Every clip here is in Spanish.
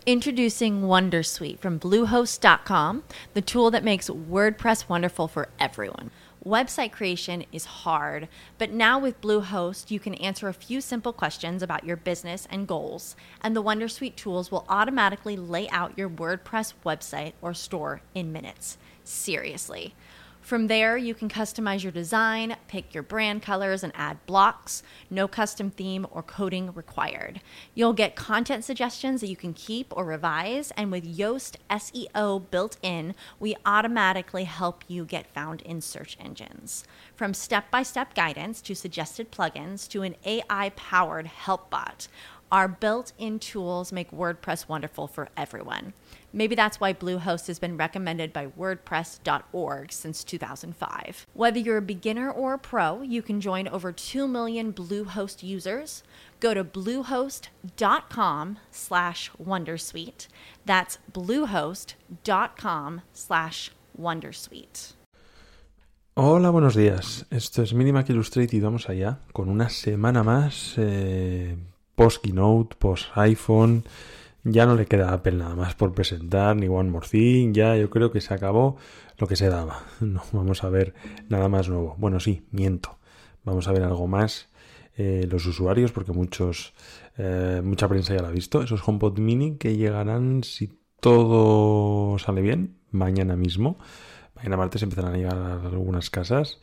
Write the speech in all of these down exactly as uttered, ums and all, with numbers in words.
Introducing Wondersuite from Bluehost dot com, the tool that makes WordPress wonderful for everyone. Website creation is hard, but now with Bluehost, you can answer a few simple questions about your business and goals, and the Wondersuite tools will automatically lay out your WordPress website or store in minutes. Seriously. From there, you can customize your design, pick your brand colors, and add blocks. No custom theme or coding required. You'll get content suggestions that you can keep or revise, and with Yoast S E O built in, we automatically help you get found in search engines. From step-by-step guidance to suggested plugins to an A I-powered help bot, our built-in tools make WordPress wonderful for everyone. Maybe that's why Bluehost has been recommended by WordPress dot org since two thousand five. Whether you're a beginner or a pro, you can join over two million Bluehost users. Go to bluehost dot com slash wondersuite. That's bluehost dot com slash wondersuite. Hola, buenos días. Esto es Minimac Illustrated y vamos allá con una semana más eh, post-keynote, post-iPhone. Ya no le queda a Apple nada más por presentar, ni One More Thing, ya yo creo que se acabó lo que se daba. No vamos a ver nada más nuevo. Bueno, sí, miento. Vamos a ver algo más eh, los usuarios, porque muchos eh, mucha prensa ya lo ha visto. Esos HomePod Mini que llegarán, si todo sale bien, mañana mismo. Mañana martes empezarán a llegar a algunas casas.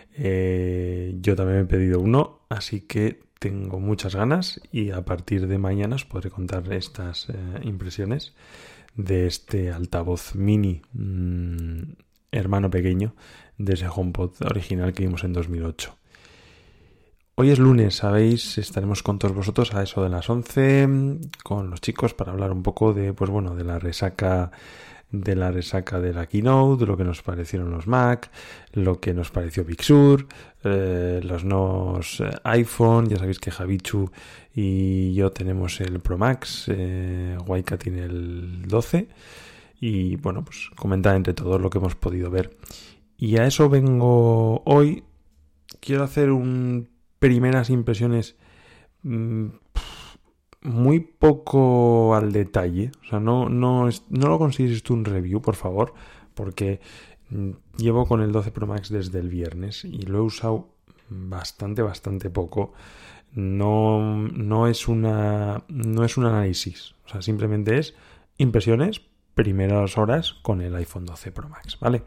Eh, yo también he pedido uno, así que tengo muchas ganas y a partir de mañana os podré contar estas eh, impresiones de este altavoz mini mmm, hermano pequeño de ese HomePod original que vimos en dos mil ocho. Hoy es lunes, sabéis, estaremos con todos vosotros a eso de las once con los chicos para hablar un poco de, pues bueno, de la resaca de la resaca de la Keynote, de lo que nos parecieron los Mac, lo que nos pareció Big Sur, eh, los nuevos eh, iPhone. Ya sabéis que Javichu y yo tenemos el Pro Max, eh, Waika tiene el doce, y bueno, pues comentar entre todos lo que hemos podido ver. Y a eso vengo hoy. Quiero hacer un primeras impresiones mmm, muy poco al detalle. O sea, no, no, es, no lo consideres tú un review, por favor, porque llevo con el doce Pro Max desde el viernes y lo he usado bastante, bastante poco. No, no es una, no es un análisis. O sea, simplemente es impresiones, primeras horas con el iPhone doce Pro Max, ¿vale?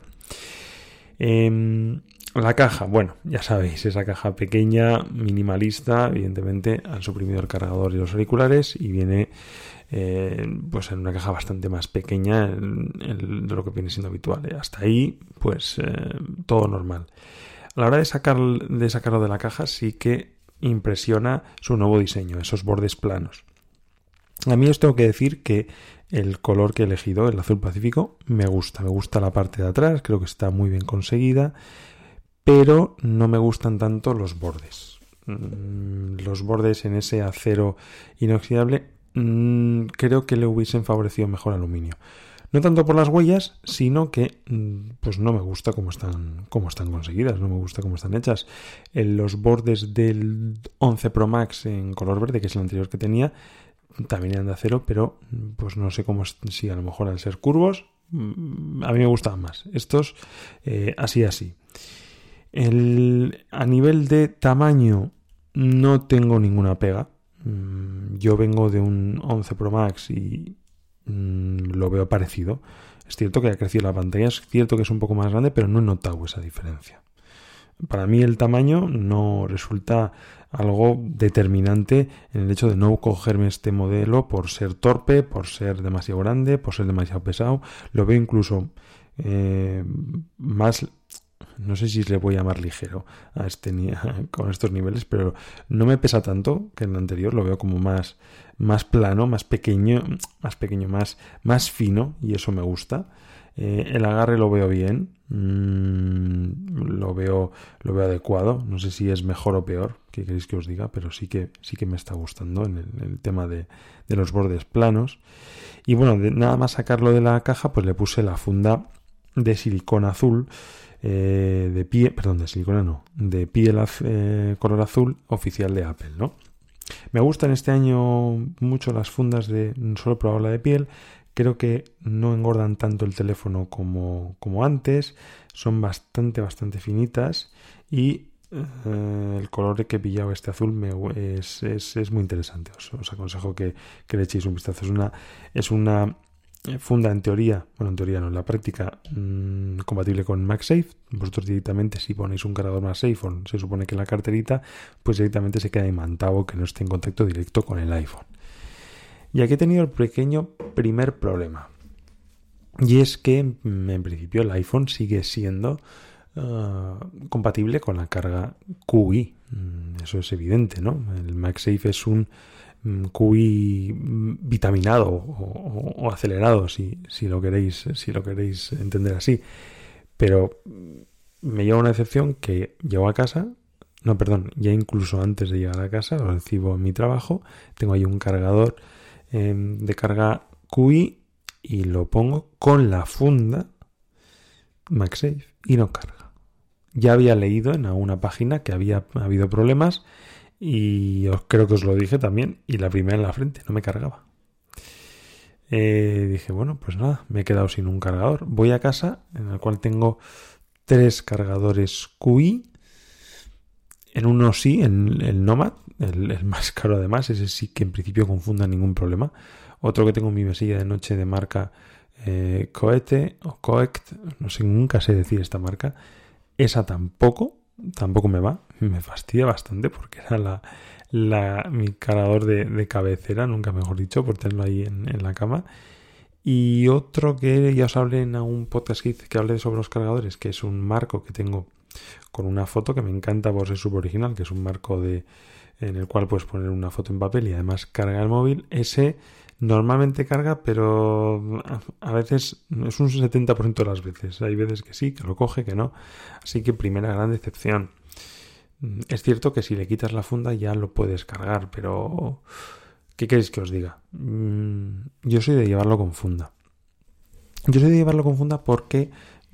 Eh, La caja, bueno, ya sabéis, esa caja pequeña, minimalista, evidentemente han suprimido el cargador y los auriculares y viene eh, pues en una caja bastante más pequeña en, en, de lo que viene siendo habitual. ¿eh? Hasta ahí, pues eh, todo normal. A la hora de, sacar, de sacarlo de la caja sí que impresiona su nuevo diseño, esos bordes planos. A mí os tengo que decir que el color que he elegido, el azul pacífico, me gusta. Me gusta la parte de atrás, creo que está muy bien conseguida. Pero no me gustan tanto los bordes. Los bordes en ese acero inoxidable creo que le hubiesen favorecido mejor aluminio. No tanto por las huellas, sino que pues no me gusta cómo están, cómo están conseguidas, no me gusta cómo están hechas. En los bordes del once Pro Max en color verde, que es el anterior que tenía, también eran de acero, pero pues no sé cómo, si a lo mejor al ser curvos, a mí me gustaban más. Estos eh, así así. El, a nivel de tamaño no tengo ninguna pega. Yo vengo de un once Pro Max y mmm, lo veo parecido. Es cierto que ha crecido la pantalla, es cierto que es un poco más grande, pero no he notado esa diferencia. Para mí el tamaño no resulta algo determinante en el hecho de no cogerme este modelo por ser torpe, por ser demasiado grande, por ser demasiado pesado. Lo veo incluso eh, más... No sé si le voy a llamar ligero a este con estos niveles, pero no me pesa tanto que en el anterior. Lo veo como más, más plano, más pequeño, más pequeño, más, más fino, y eso me gusta. Eh, el agarre lo veo bien, mmm, lo veo, lo veo adecuado. No sé si es mejor o peor, qué queréis que os diga, pero sí que, sí que me está gustando en el, en el tema de, de los bordes planos. Y bueno, de, nada más sacarlo de la caja, pues le puse la funda de silicona azul. Eh, de piel, perdón, de silicona no, de piel eh, color azul oficial de Apple, ¿no? Me gustan este año mucho las fundas de solo probado la de piel. Creo que no engordan tanto el teléfono como, como antes. Son bastante, bastante finitas. Y eh, el color que he pillado, este azul, me, es, es, es muy interesante. Os, os aconsejo que, que le echéis un vistazo. Es una, es una funda en teoría, bueno, en teoría no, en la práctica, mmm, compatible con MagSafe. Vosotros directamente, si ponéis un cargador MagSafe, o se supone que en la carterita, pues directamente se queda imantado, que no esté en contacto directo con el iPhone. Y aquí he tenido el pequeño primer problema. Y es que, en principio, el iPhone sigue siendo uh, compatible con la carga Q I. Eso es evidente, ¿no? El MagSafe es un Q I vitaminado o, o, o acelerado, si, si lo queréis, si lo queréis entender así. Pero me lleva una decepción que llego a casa, no, perdón, ya incluso antes de llegar a casa, lo recibo en mi trabajo, tengo ahí un cargador eh, de carga Q I y lo pongo con la funda MagSafe y no carga. Ya había leído en alguna página que había habido problemas. Y os creo que os lo dije también. Y la primera en la frente, no me cargaba. Eh, dije, bueno, pues nada, me he quedado sin un cargador. Voy a casa, en el cual tengo tres cargadores Q I. En uno sí, en el Nomad, el, el más caro además. Ese sí que en principio confunda ningún problema. Otro que tengo en mi mesilla de noche de marca eh, Coete o Coect. No sé, nunca sé decir esta marca. Esa tampoco. Tampoco me va, me fastidia bastante porque era la, la, mi cargador de, de cabecera, nunca mejor dicho, por tenerlo ahí en, en la cama. Y otro que ya os hablé en un podcast que, que hablé sobre los cargadores, que es un marco que tengo con una foto que me encanta por ser súper original, que es un marco de en el cual puedes poner una foto en papel y además carga el móvil. Ese normalmente carga, pero a veces es un setenta por ciento de las veces. Hay veces que sí, que lo coge, que no. Así que primera gran decepción. Es cierto que si le quitas la funda ya lo puedes cargar, pero ¿qué queréis que os diga? Yo soy de llevarlo con funda. Yo soy de llevarlo con funda porque,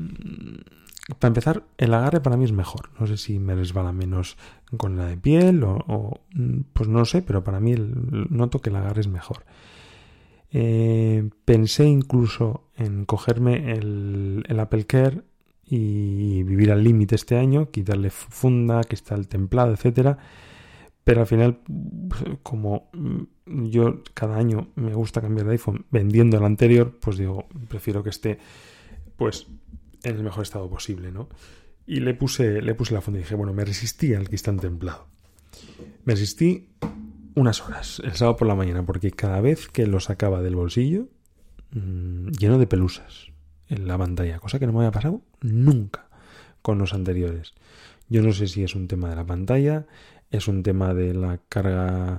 para empezar, el agarre para mí es mejor. No sé si me resbala menos con la de piel o, o pues no lo sé, pero para mí el, noto que el agarre es mejor. Eh, pensé incluso en cogerme el, el Apple Care y vivir al límite este año, quitarle funda, que está el templado, etcétera. Pero al final, como yo cada año me gusta cambiar de iPhone vendiendo el anterior, pues digo, prefiero que esté pues en el mejor estado posible, ¿no? Y le puse, le puse la funda y dije, bueno, me resistí al cristal templado. Me resistí unas horas, el sábado por la mañana, porque cada vez que lo sacaba del bolsillo, mmm, lleno de pelusas en la pantalla, cosa que no me había pasado nunca con los anteriores. Yo no sé si es un tema de la pantalla, es un tema de la carga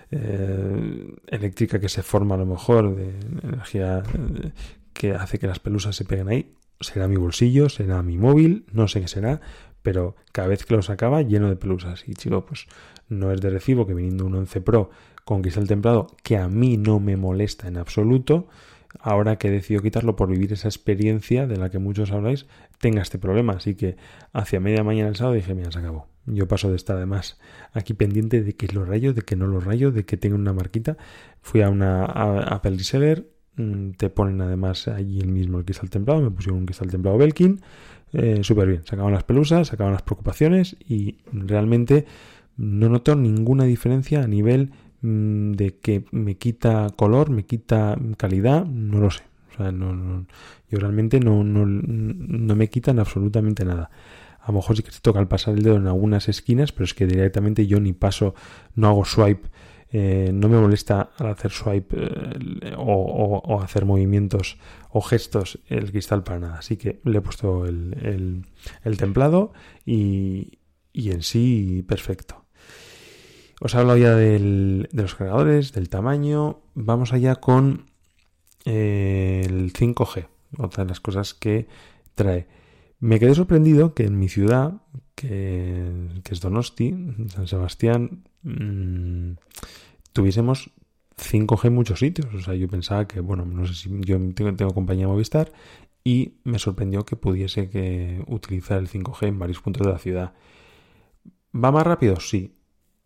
eh, eléctrica que se forma a lo mejor, de energía eh, que hace que las pelusas se peguen ahí. Será mi bolsillo, será mi móvil, no sé qué será, pero cada vez que lo sacaba lleno de pelusas. Y chico, pues no es de recibo que viniendo un once Pro con cristal templado, que a mí no me molesta en absoluto, ahora que he decidido quitarlo por vivir esa experiencia de la que muchos habláis, tenga este problema. Así que hacia media mañana el sábado dije, mira, se acabó. Yo paso de estar además aquí pendiente de que lo rayo, de que no lo rayo, de que tenga una marquita. Fui a una a Apple Reseller, te ponen además allí el mismo el cristal templado, me pusieron un cristal templado Belkin, eh, súper bien, sacaban las pelusas, sacaban las preocupaciones y realmente no noto ninguna diferencia a nivel mmm, de que me quita color, me quita calidad, no lo sé. O sea, no, no, yo realmente no, no, no me quitan absolutamente nada. A lo mejor sí que te toca al pasar el dedo en algunas esquinas, pero es que directamente yo ni paso, no hago swipe, eh, no me molesta al hacer swipe eh, o, o, o hacer movimientos o gestos el cristal para nada. Así que le he puesto el, el, el templado y, y en sí perfecto. Os he hablado ya del, de los cargadores, del tamaño. Vamos allá con eh, el cinco G, otra de las cosas que trae. Me quedé sorprendido que en mi ciudad, que, que es Donosti, San Sebastián, mmm, tuviésemos cinco G en muchos sitios. O sea, yo pensaba que, bueno, no sé si yo tengo, tengo compañía Movistar y me sorprendió que pudiese que utilizar el cinco G en varios puntos de la ciudad. ¿Va más rápido? Sí.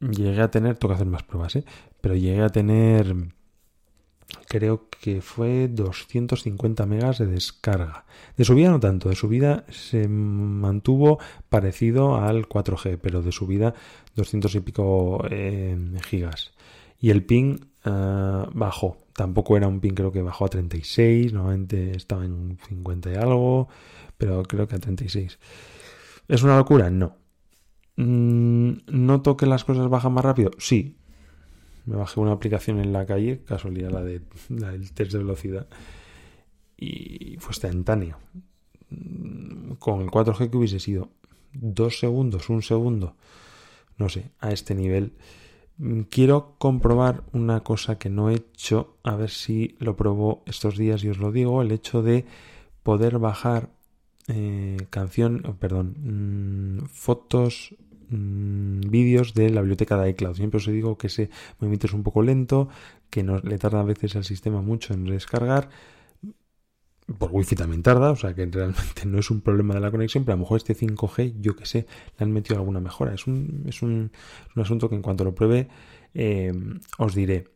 llegué a tener, tengo que hacer más pruebas, ¿eh? Pero llegué a tener, creo que fue doscientos cincuenta megas de descarga. De subida no tanto, de subida se mantuvo parecido al cuatro G, pero de subida doscientos y pico eh, gigas. Y el ping uh, bajó, tampoco era un ping, creo que bajó a treinta y seis, normalmente estaba en cincuenta y algo, pero creo que a treinta y seis. ¿Es una locura? No. ¿Noto que las cosas bajan más rápido? Sí. Me bajé una aplicación en la calle, casualidad la, de, la del test de velocidad, y fue instantáneo. Con el cuatro G que hubiese sido dos segundos, un segundo, no sé, a este nivel. Quiero comprobar una cosa que no he hecho, a ver si lo pruebo estos días y os lo digo, el hecho de poder bajar eh, canción, oh, perdón, mmm, fotos, mmm, vídeos de la biblioteca de iCloud. Siempre os digo que ese movimiento es un poco lento, que no, le tarda a veces al sistema mucho en descargar. Por wifi también tarda, o sea que realmente no es un problema de la conexión, pero a lo mejor este cinco G, yo que sé, le han metido alguna mejora. Es un, es un, un asunto que en cuanto lo pruebe eh, os diré.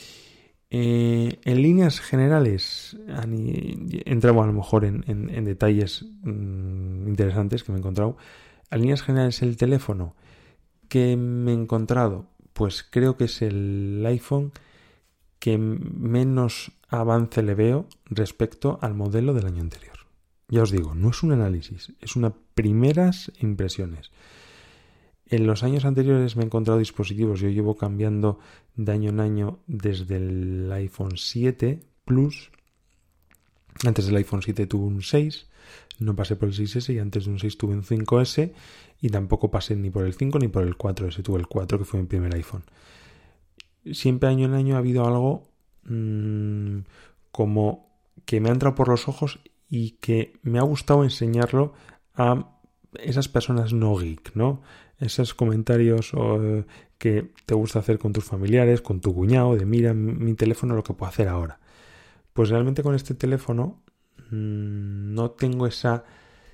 Eh, en líneas generales, entramos a lo mejor en, en, en detalles mmm, interesantes que me he encontrado. En líneas generales, el teléfono que me he encontrado, pues creo que es el iPhone que menos avance le veo respecto al modelo del año anterior. Ya os digo, no es un análisis, es unas primeras impresiones. En los años anteriores me he encontrado dispositivos, yo llevo cambiando de año en año desde el iPhone siete Plus. Antes del iPhone siete tuve un seis, no pasé por el seis ese, y antes de un seis tuve un cinco ese, y tampoco pasé ni por el cinco ni por el cuatro ese, tuve el cuatro, que fue mi primer iPhone. Siempre año en año ha habido algo mmm, como que me ha entrado por los ojos y que me ha gustado enseñarlo a esas personas no geek, ¿no? Esos comentarios o, que te gusta hacer con tus familiares, con tu cuñado, de mira mi teléfono, lo que puedo hacer ahora. Pues realmente con este teléfono mmm, no tengo esa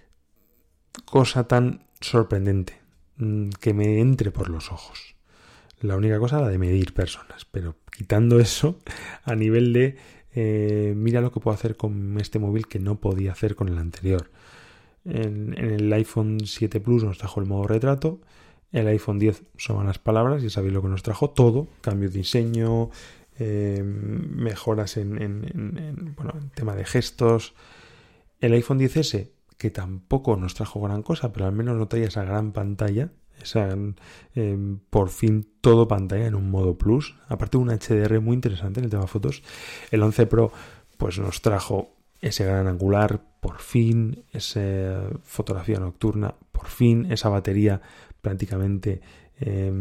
cosa tan sorprendente mmm, que me entre por los ojos. La única cosa, la de medir personas, pero quitando eso, a nivel de eh, mira lo que puedo hacer con este móvil que no podía hacer con el anterior. En, en el iPhone siete Plus nos trajo el modo retrato, el iPhone diez son las palabras, ya sabéis lo que nos trajo todo, cambio de diseño, eh, mejoras en, en, en, en, bueno, en tema de gestos. El iPhone diez ese, que tampoco nos trajo gran cosa, pero al menos no traía esa gran pantalla, esa, eh, por fin todo pantalla en un modo Plus, aparte un H D R muy interesante en el tema de fotos. El once Pro pues nos trajo ese gran angular, por fin, esa fotografía nocturna, por fin, esa batería prácticamente eh,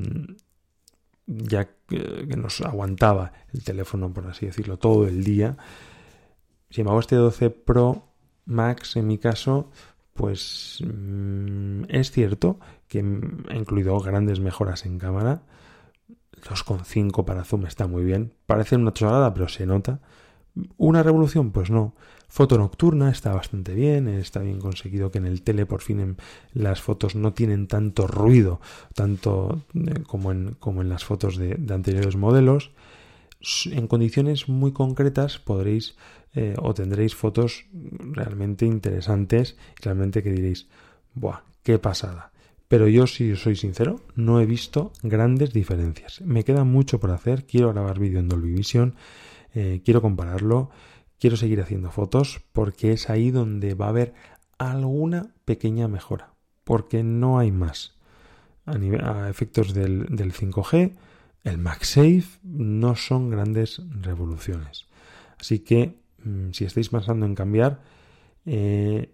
ya que, que nos aguantaba el teléfono, por así decirlo, todo el día. Sin embargo, este doce Pro Max, en mi caso, pues mmm, es cierto que ha incluido grandes mejoras en cámara. dos coma cinco para zoom está muy bien. Parece una chorrada, pero se nota. ¿Una revolución? Pues no. Foto nocturna está bastante bien, está bien conseguido que en el tele por fin en las fotos no tienen tanto ruido, tanto eh, como, en, como en las fotos de, de anteriores modelos. En condiciones muy concretas podréis eh, o tendréis fotos realmente interesantes y realmente que diréis, ¡buah, qué pasada! Pero yo, si soy sincero, no he visto grandes diferencias. Me queda mucho por hacer, quiero grabar vídeo en Dolby Vision, eh, quiero compararlo, quiero seguir haciendo fotos porque es ahí donde va a haber alguna pequeña mejora, porque no hay más. A, nivel, a efectos del, del cinco G, el MagSafe no son grandes revoluciones. Así que mmm, si estáis pensando en cambiar, eh,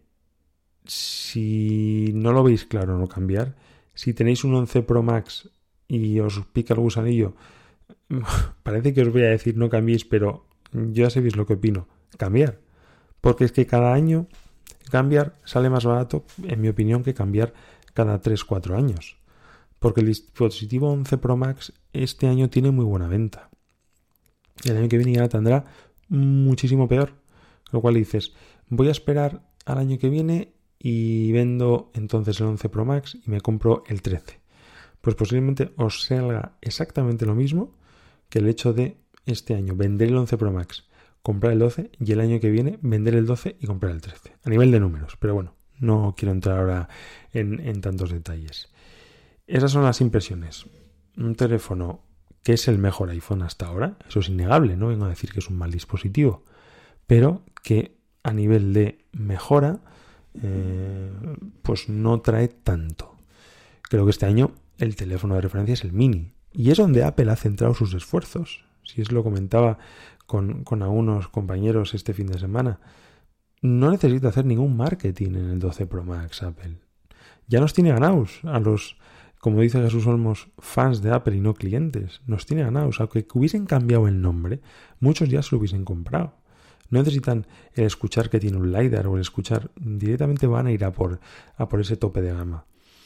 si no lo veis claro no cambiar, si tenéis un once Pro Max y os pica el gusanillo, parece que os voy a decir no cambiéis, pero ya sabéis lo que opino, cambiar. Porque es que cada año cambiar sale más barato, en mi opinión, que cambiar cada tres cuatro años. Porque el dispositivo once Pro Max este año tiene muy buena venta. El año que viene ya tendrá muchísimo peor. Lo cual dices, voy a esperar al año que viene y vendo entonces el once Pro Max y me compro el trece. pues posiblemente os salga exactamente lo mismo que el hecho de este año vender el once Pro Max, comprar el doce y el año que viene vender el doce y comprar el trece. A nivel de números, pero bueno, no quiero entrar ahora en, en tantos detalles. Esas son las impresiones. Un teléfono que es el mejor iPhone hasta ahora, eso es innegable, no vengo a decir que es un mal dispositivo, pero que a nivel de mejora, eh, pues no trae tanto. Creo que este año el teléfono de referencia es el Mini, y es donde Apple ha centrado sus esfuerzos. Si os lo comentaba con, con algunos compañeros este fin de semana, no necesita hacer ningún marketing en el doce Pro Max Apple. Ya nos tiene ganados a los, como dice Jesús Olmos, fans de Apple y no clientes. Nos tiene ganados. Aunque hubiesen cambiado el nombre, muchos ya se lo hubiesen comprado. No necesitan el escuchar que tiene un LiDAR o el escuchar. Directamente van a ir a por, a por ese tope de gama.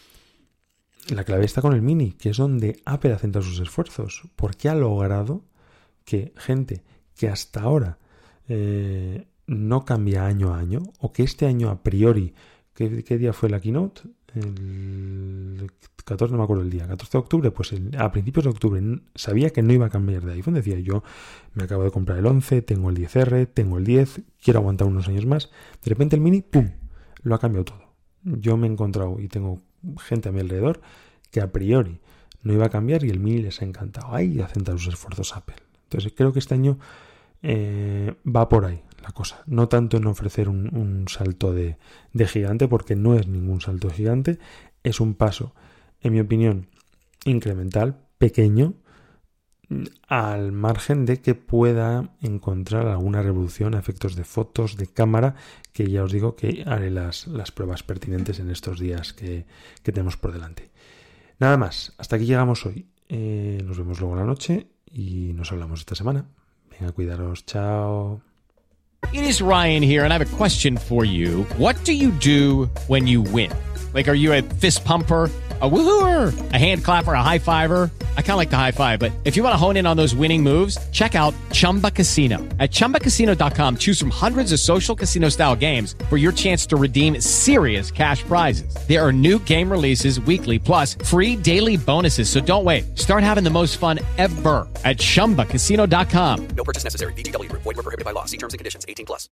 La clave está con el Mini, que es donde Apple ha centrado sus esfuerzos, porque ha logrado que gente que hasta ahora eh, no cambia año a año, o que este año a priori, ¿qué, qué día fue la keynote? El catorce, no me acuerdo el día, catorce de octubre, pues el, a principios de octubre sabía que no iba a cambiar de iPhone. Decía, yo me acabo de comprar el once, tengo el diez erre, tengo el diez, quiero aguantar unos años más. De repente el Mini, ¡pum!, lo ha cambiado todo. Yo me he encontrado y tengo gente a mi alrededor que a priori no iba a cambiar y el Mini les ha encantado. Ahí ha centrado sus esfuerzos Apple. Entonces creo que este año eh, va por ahí la cosa. No tanto en ofrecer un, un salto de, de gigante, porque no es ningún salto gigante. Es un paso, en mi opinión, incremental, pequeño, al margen de que pueda encontrar alguna revolución a efectos de fotos, de cámara, que ya os digo que haré las, las pruebas pertinentes en estos días que, que tenemos por delante. Nada más, hasta aquí llegamos hoy. Eh, nos vemos luego en la noche y nos hablamos esta semana. Venga, cuidaros, chao. It is Ryan here, and I have a question for you. What do you do when you win? Like, are you a fist pumper, a woohooer, a hand clapper, a high fiver? I kind of like the high five, but if you want to hone in on those winning moves, check out Chumba Casino. At chumba casino dot com, choose from hundreds of social casino style games for your chance to redeem serious cash prizes. There are new game releases weekly, plus free daily bonuses. So don't wait. Start having the most fun ever at chumba casino dot com. No purchase necessary. V G W Group. Void where prohibited by law. See terms and conditions. eighteen plus.